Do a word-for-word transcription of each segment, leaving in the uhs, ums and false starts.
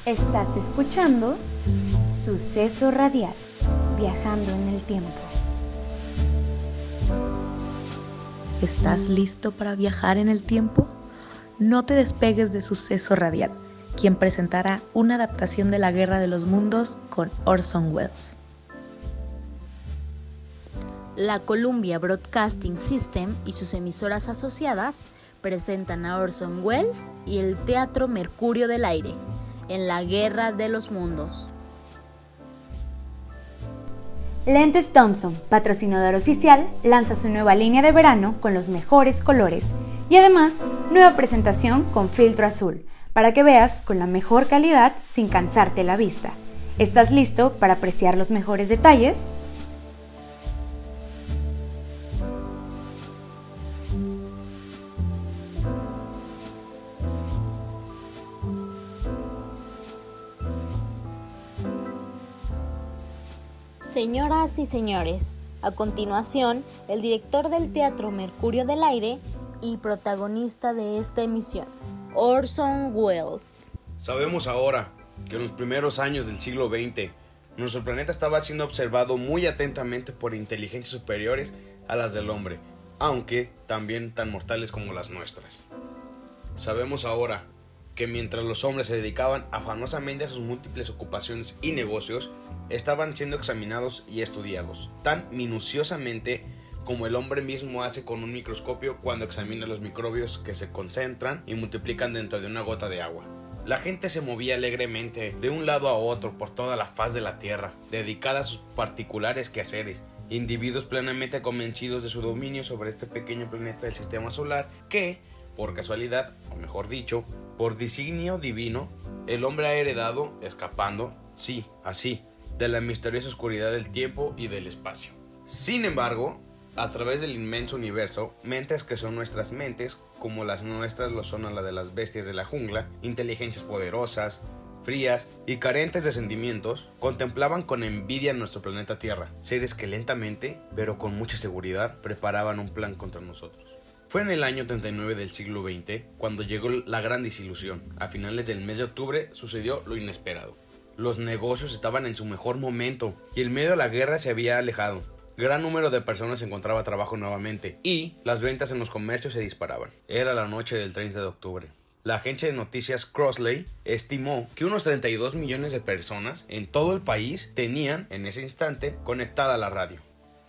Estás escuchando Suceso Radial, viajando en el tiempo. ¿Estás listo para viajar en el tiempo? No te despegues de Suceso Radial, quien presentará una adaptación de La Guerra de los Mundos con Orson Welles. La Columbia Broadcasting System y sus emisoras asociadas presentan a Orson Welles y el Teatro Mercurio del Aire en La Guerra de los Mundos. Lentes Thompson, patrocinador oficial, lanza su nueva línea de verano con los mejores colores y además nueva presentación con filtro azul para que veas con la mejor calidad sin cansarte la vista. ¿Estás listo para apreciar los mejores detalles? Señoras y señores, a continuación, el director del Teatro Mercurio del Aire y protagonista de esta emisión, Orson Welles. Sabemos ahora que en los primeros años del siglo veinte, nuestro planeta estaba siendo observado muy atentamente por inteligencias superiores a las del hombre, aunque también tan mortales como las nuestras. Sabemos ahora que mientras los hombres se dedicaban afanosamente a sus múltiples ocupaciones y negocios, estaban siendo examinados y estudiados, tan minuciosamente como el hombre mismo hace con un microscopio cuando examina los microbios que se concentran y multiplican dentro de una gota de agua. La gente se movía alegremente de un lado a otro por toda la faz de la tierra, dedicada a sus particulares quehaceres, individuos plenamente convencidos de su dominio sobre este pequeño planeta del sistema solar que, por casualidad, o mejor dicho, por designio divino, el hombre ha heredado, escapando, sí, así, de la misteriosa oscuridad del tiempo y del espacio. Sin embargo, a través del inmenso universo, mentes que son nuestras mentes, como las nuestras lo son a la de las bestias de la jungla, inteligencias poderosas, frías y carentes de sentimientos, contemplaban con envidia nuestro planeta Tierra, seres que lentamente, pero con mucha seguridad, preparaban un plan contra nosotros. Fue en el año treinta y nueve del siglo veinte cuando llegó la gran desilusión. A finales del mes de octubre sucedió lo inesperado. Los negocios estaban en su mejor momento y el miedo a la guerra se había alejado. Gran número de personas encontraba trabajo nuevamente y las ventas en los comercios se disparaban. Era la noche del treinta de octubre. La agencia de noticias Crossley estimó que unos treinta y dos millones de personas en todo el país tenían en ese instante conectada la radio.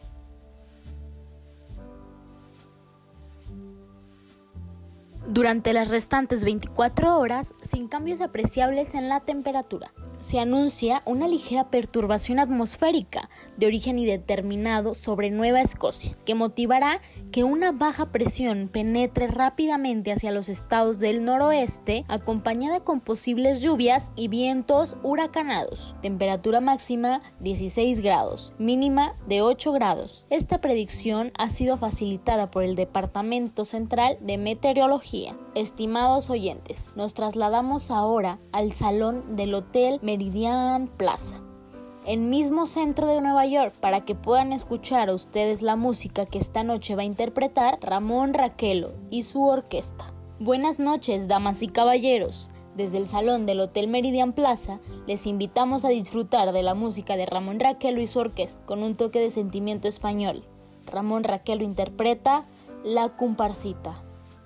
Durante las restantes veinticuatro horas, sin cambios apreciables en la temperatura, se anuncia una ligera perturbación atmosférica de origen indeterminado sobre Nueva Escocia, que motivará que una baja presión penetre rápidamente hacia los estados del noroeste, acompañada con posibles lluvias y vientos huracanados. Temperatura máxima dieciséis grados, mínima de ocho grados. Esta predicción ha sido facilitada por el Departamento Central de Meteorología. Estimados oyentes, nos trasladamos ahora al salón del Hotel Meridian Plaza, el mismo centro de Nueva York, para que puedan escuchar a ustedes la música que esta noche va a interpretar Ramón Raquello y su orquesta. Buenas noches, damas y caballeros. Desde el salón del Hotel Meridian Plaza, les invitamos a disfrutar de la música de Ramón Raquello y su orquesta con un toque de sentimiento español. Ramón Raquello interpreta La Comparsita.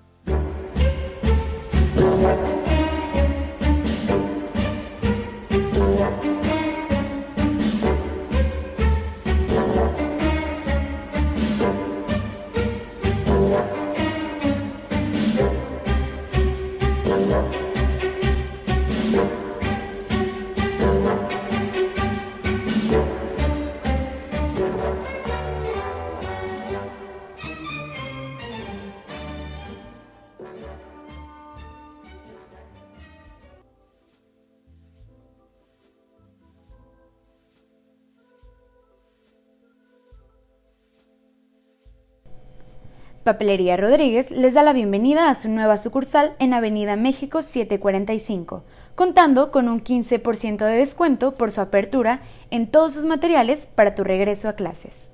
Papelería Rodríguez les da la bienvenida a su nueva sucursal en Avenida México setecientos cuarenta y cinco, contando con un quince por ciento de descuento por su apertura en todos sus materiales para tu regreso a clases.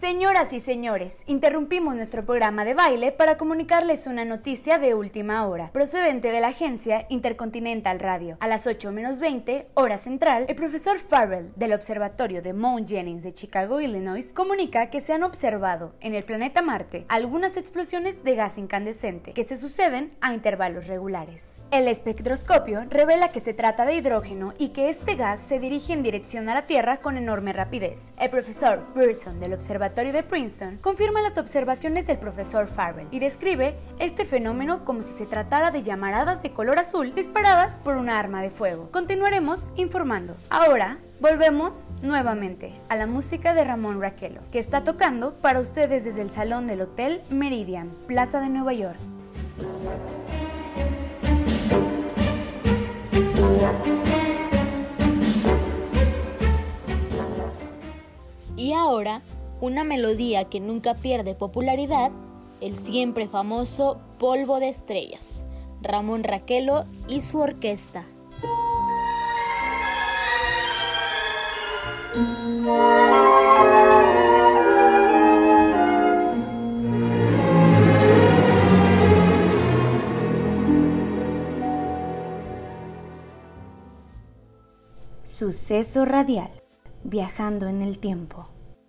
Señoras y señores, interrumpimos nuestro programa de baile para comunicarles una noticia de última hora, procedente de la agencia Intercontinental Radio. A las ocho menos veinte, hora central, el profesor Farrell, del Observatorio de Mount Jennings de Chicago, Illinois, comunica que se han observado en el planeta Marte algunas explosiones de gas incandescente que se suceden a intervalos regulares. El espectroscopio revela que se trata de hidrógeno y que este gas se dirige en dirección a la Tierra con enorme rapidez. El profesor Pearson del Observatorio de Princeton confirma las observaciones del profesor Farrell y describe este fenómeno como si se tratara de llamaradas de color azul disparadas por una arma de fuego. Continuaremos informando. Ahora volvemos nuevamente a la música de Ramón Raquelo, que está tocando para ustedes desde el salón del Hotel Meridian, Plaza de Nueva York. Y ahora, una melodía que nunca pierde popularidad, el siempre famoso Polvo de Estrellas, Ramón Raquelo y su orquesta. Suceso radial, viajando en el tiempo.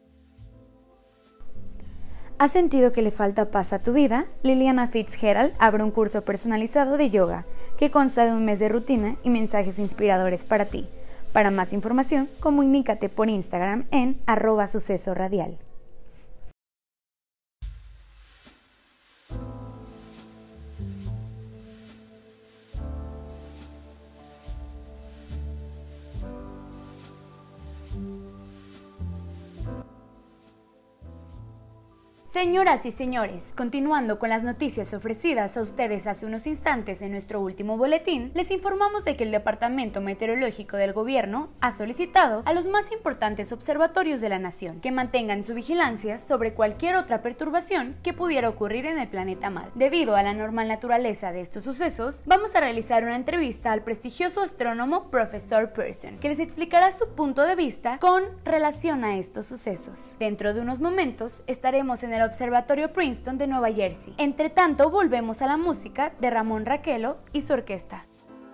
¿Has sentido que le falta paz a tu vida? Liliana Fitzgerald abre un curso personalizado de yoga que consta de un mes de rutina y mensajes inspiradores para ti. Para más información, comunícate por Instagram en arroba suceso radial. Señoras y señores, continuando con las noticias ofrecidas a ustedes hace unos instantes en nuestro último boletín, les informamos de que el Departamento Meteorológico del Gobierno ha solicitado a los más importantes observatorios de la nación que mantengan su vigilancia sobre cualquier otra perturbación que pudiera ocurrir en el planeta Marte. Debido a la normal naturaleza de estos sucesos, vamos a realizar una entrevista al prestigioso astrónomo profesor Pearson, que les explicará su punto de vista con relación a estos sucesos. Dentro de unos momentos estaremos en el Observatorio Princeton de Nueva Jersey. Entre tanto, volvemos a la música de Ramón Raquelo y su orquesta.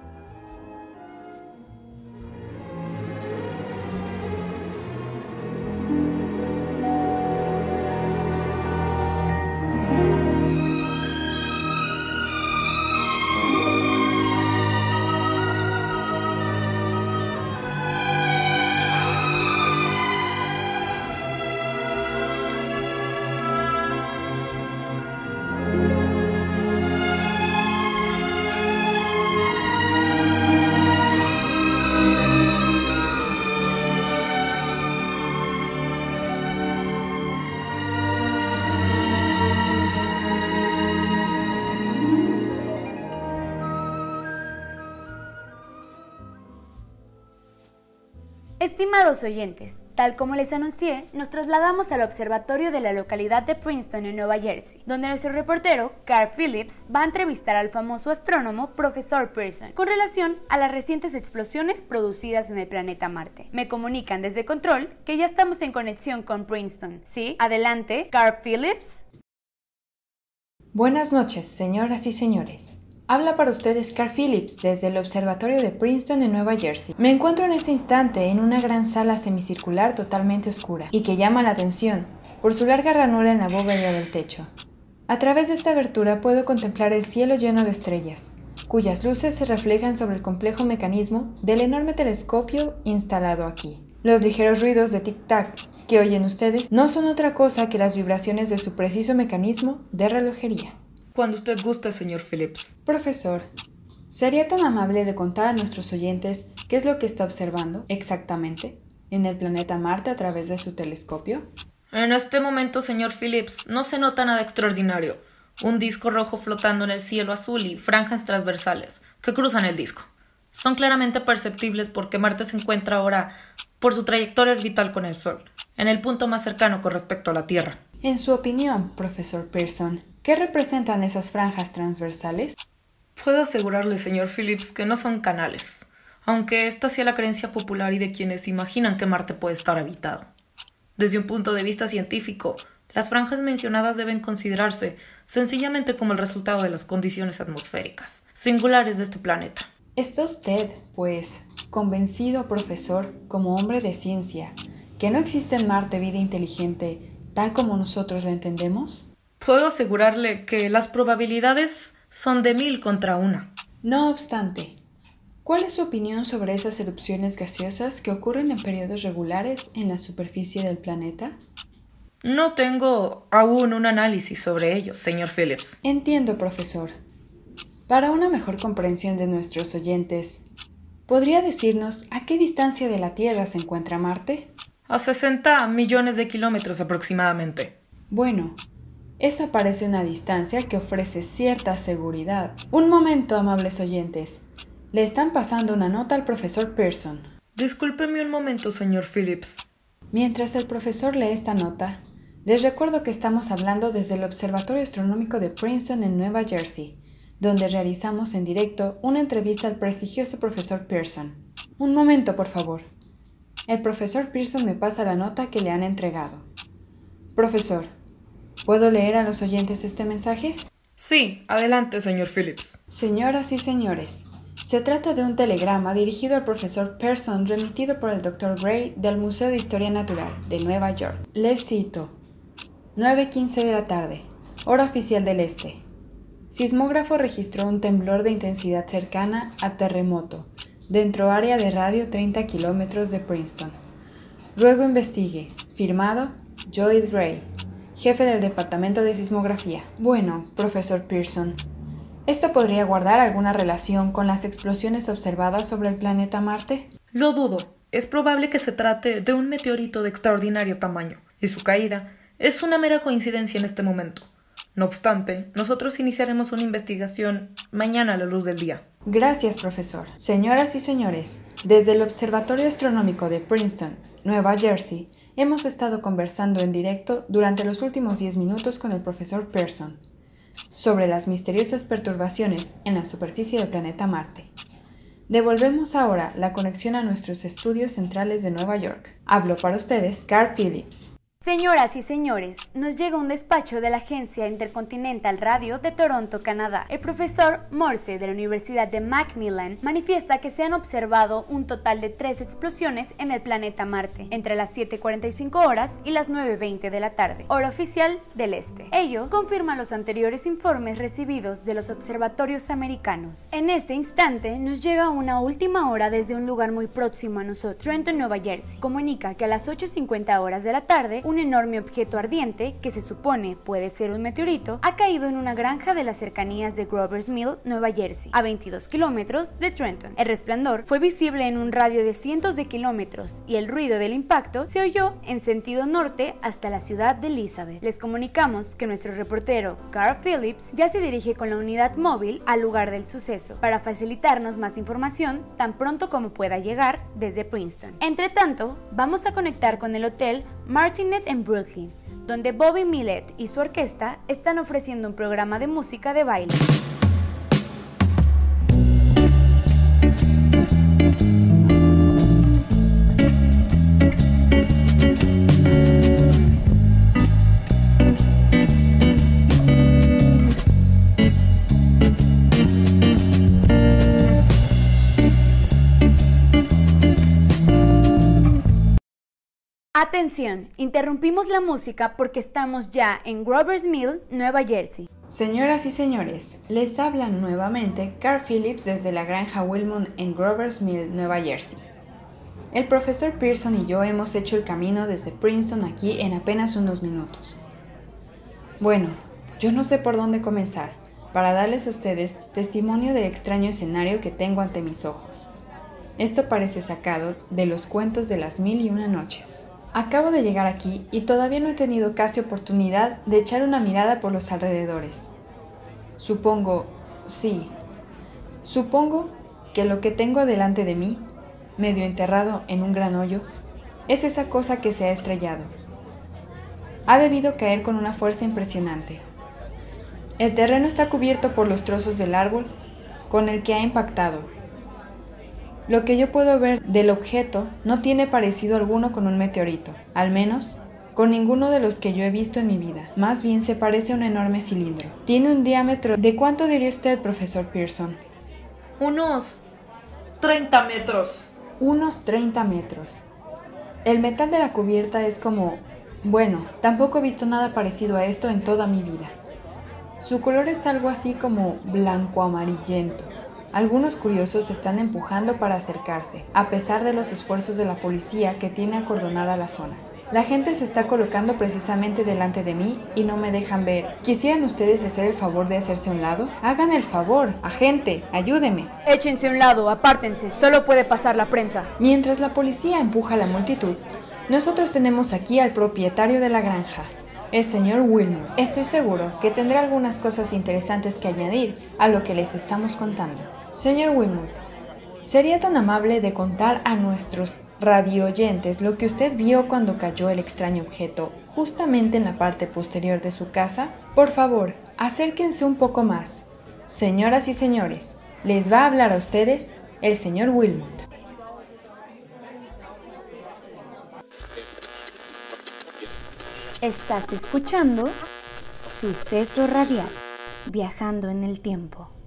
Estimados oyentes, tal como les anuncié, nos trasladamos al observatorio de la localidad de Princeton en Nueva Jersey, donde nuestro reportero, Carl Phillips, va a entrevistar al famoso astrónomo profesor Pearson con relación a las recientes explosiones producidas en el planeta Marte. Me comunican desde Control que ya estamos en conexión con Princeton. ¿Sí? Adelante, Carl Phillips. Buenas noches, señoras y señores. Habla para ustedes Carl Phillips desde el Observatorio de Princeton en Nueva Jersey. Me encuentro en este instante en una gran sala semicircular totalmente oscura y que llama la atención por su larga ranura en la bóveda del techo. A través de esta abertura puedo contemplar el cielo lleno de estrellas, cuyas luces se reflejan sobre el complejo mecanismo del enorme telescopio instalado aquí. Los ligeros ruidos de tic-tac que oyen ustedes no son otra cosa que las vibraciones de su preciso mecanismo de relojería. Cuando usted guste, señor Phillips. Profesor, ¿sería tan amable de contar a nuestros oyentes qué es lo que está observando exactamente en el planeta Marte a través de su telescopio? En este momento, señor Phillips, no se nota nada extraordinario. Un disco rojo flotando en el cielo azul y franjas transversales que cruzan el disco. Son claramente perceptibles porque Marte se encuentra ahora, por su trayectoria orbital con el Sol, en el punto más cercano con respecto a la Tierra. En su opinión, profesor Pearson, ¿qué representan esas franjas transversales? Puedo asegurarle, señor Phillips, que no son canales, aunque esta sea la creencia popular y de quienes imaginan que Marte puede estar habitado. Desde un punto de vista científico, las franjas mencionadas deben considerarse sencillamente como el resultado de las condiciones atmosféricas singulares de este planeta. ¿Está usted, pues, convencido, profesor, como hombre de ciencia, que no existe en Marte vida inteligente tal como nosotros la entendemos? Puedo asegurarle que las probabilidades son de mil contra una. No obstante, ¿cuál es su opinión sobre esas erupciones gaseosas que ocurren en periodos regulares en la superficie del planeta? No tengo aún un análisis sobre ellos, señor Phillips. Entiendo, profesor. Para una mejor comprensión de nuestros oyentes, ¿podría decirnos a qué distancia de la Tierra se encuentra Marte? A sesenta millones de kilómetros aproximadamente. Bueno, esa parece una distancia que ofrece cierta seguridad. Un momento, amables oyentes. Le están pasando una nota al profesor Pearson. Discúlpeme un momento, señor Phillips. Mientras el profesor lee esta nota, les recuerdo que estamos hablando desde el Observatorio Astronómico de Princeton en Nueva Jersey, donde realizamos en directo una entrevista al prestigioso profesor Pearson. Un momento, por favor. El profesor Pearson me pasa la nota que le han entregado. Profesor, ¿puedo leer a los oyentes este mensaje? Sí, adelante, señor Phillips. Señoras y señores, se trata de un telegrama dirigido al profesor Pearson remitido por el doctor Gray del Museo de Historia Natural de Nueva York. Les cito. nueve quince de la tarde, hora oficial del este. Sismógrafo registró un temblor de intensidad cercana a terremoto, dentro área de radio treinta kilómetros de Princeton. Ruego investigue. Firmado, Joyce Gray, jefe del Departamento de Sismografía. Bueno, profesor Pearson, ¿esto podría guardar alguna relación con las explosiones observadas sobre el planeta Marte? Lo dudo. Es probable que se trate de un meteorito de extraordinario tamaño, y su caída es una mera coincidencia en este momento. No obstante, nosotros iniciaremos una investigación mañana a la luz del día. Gracias, profesor. Señoras y señores, desde el Observatorio Astronómico de Princeton, Nueva Jersey, hemos estado conversando en directo durante los últimos diez minutos con el profesor Pearson sobre las misteriosas perturbaciones en la superficie del planeta Marte. Devolvemos ahora la conexión a nuestros estudios centrales de Nueva York. Hablo para ustedes, Carl Phillips. Señoras y señores, nos llega un despacho de la Agencia Intercontinental Radio de Toronto, Canadá. El profesor Morse de la Universidad de Macmillan manifiesta que se han observado un total de tres explosiones en el planeta Marte, entre las siete cuarenta y cinco horas y las nueve veinte de la tarde, hora oficial del este. Ello confirma los anteriores informes recibidos de los observatorios americanos. En este instante nos llega una última hora desde un lugar muy próximo a nosotros, Trenton, Nueva Jersey. Comunica que a las ocho cincuenta horas de la tarde, un enorme objeto ardiente, que se supone puede ser un meteorito, ha caído en una granja de las cercanías de Grover's Mill, Nueva Jersey, a veintidós kilómetros de Trenton. El resplandor fue visible en un radio de cientos de kilómetros y el ruido del impacto se oyó en sentido norte hasta la ciudad de Elizabeth. Les comunicamos que nuestro reportero Carl Phillips ya se dirige con la unidad móvil al lugar del suceso para facilitarnos más información tan pronto como pueda llegar desde Princeton. Entre tanto, vamos a conectar con el hotel Martinet en Brooklyn, donde Bobby Millett y su orquesta están ofreciendo un programa de música de baile. Atención, interrumpimos la música porque estamos ya en Grover's Mill, Nueva Jersey. Señoras y señores, les habla nuevamente Carl Phillips desde la granja Wilmot en Grover's Mill, Nueva Jersey. El profesor Pearson y yo hemos hecho el camino desde Princeton aquí en apenas unos minutos. Bueno, yo no sé por dónde comenzar para darles a ustedes testimonio del extraño escenario que tengo ante mis ojos. Esto parece sacado de los cuentos de las mil y una noches. Acabo de llegar aquí y todavía no he tenido casi oportunidad de echar una mirada por los alrededores. Supongo, sí, supongo que lo que tengo delante de mí, medio enterrado en un gran hoyo, es esa cosa que se ha estrellado. Ha debido caer con una fuerza impresionante. El terreno está cubierto por los trozos del árbol con el que ha impactado. Lo que yo puedo ver del objeto no tiene parecido alguno con un meteorito, al menos con ninguno de los que yo he visto en mi vida. Más bien se parece a un enorme cilindro. Tiene un diámetro... ¿De cuánto diría usted, profesor Pearson? Unos treinta metros. Unos treinta metros. El metal de la cubierta es como... Bueno, tampoco he visto nada parecido a esto en toda mi vida. Su color es algo así como blanco amarillento. Algunos curiosos se están empujando para acercarse, a pesar de los esfuerzos de la policía que tiene acordonada la zona. La gente se está colocando precisamente delante de mí y no me dejan ver. ¿Quisieran ustedes hacer el favor de hacerse a un lado? Hagan el favor, agente, ayúdeme. Échense a un lado, apártense, solo puede pasar la prensa. Mientras la policía empuja a la multitud, nosotros tenemos aquí al propietario de la granja, el señor Wilmore. Estoy seguro que tendrá algunas cosas interesantes que añadir a lo que les estamos contando. Señor Wilmore, ¿sería tan amable de contar a nuestros radioyentes lo que usted vio cuando cayó el extraño objeto justamente en la parte posterior de su casa? Por favor, acérquense un poco más. Señoras y señores, les va a hablar a ustedes el señor Wilmore. Estás escuchando Suceso Radial, viajando en el tiempo.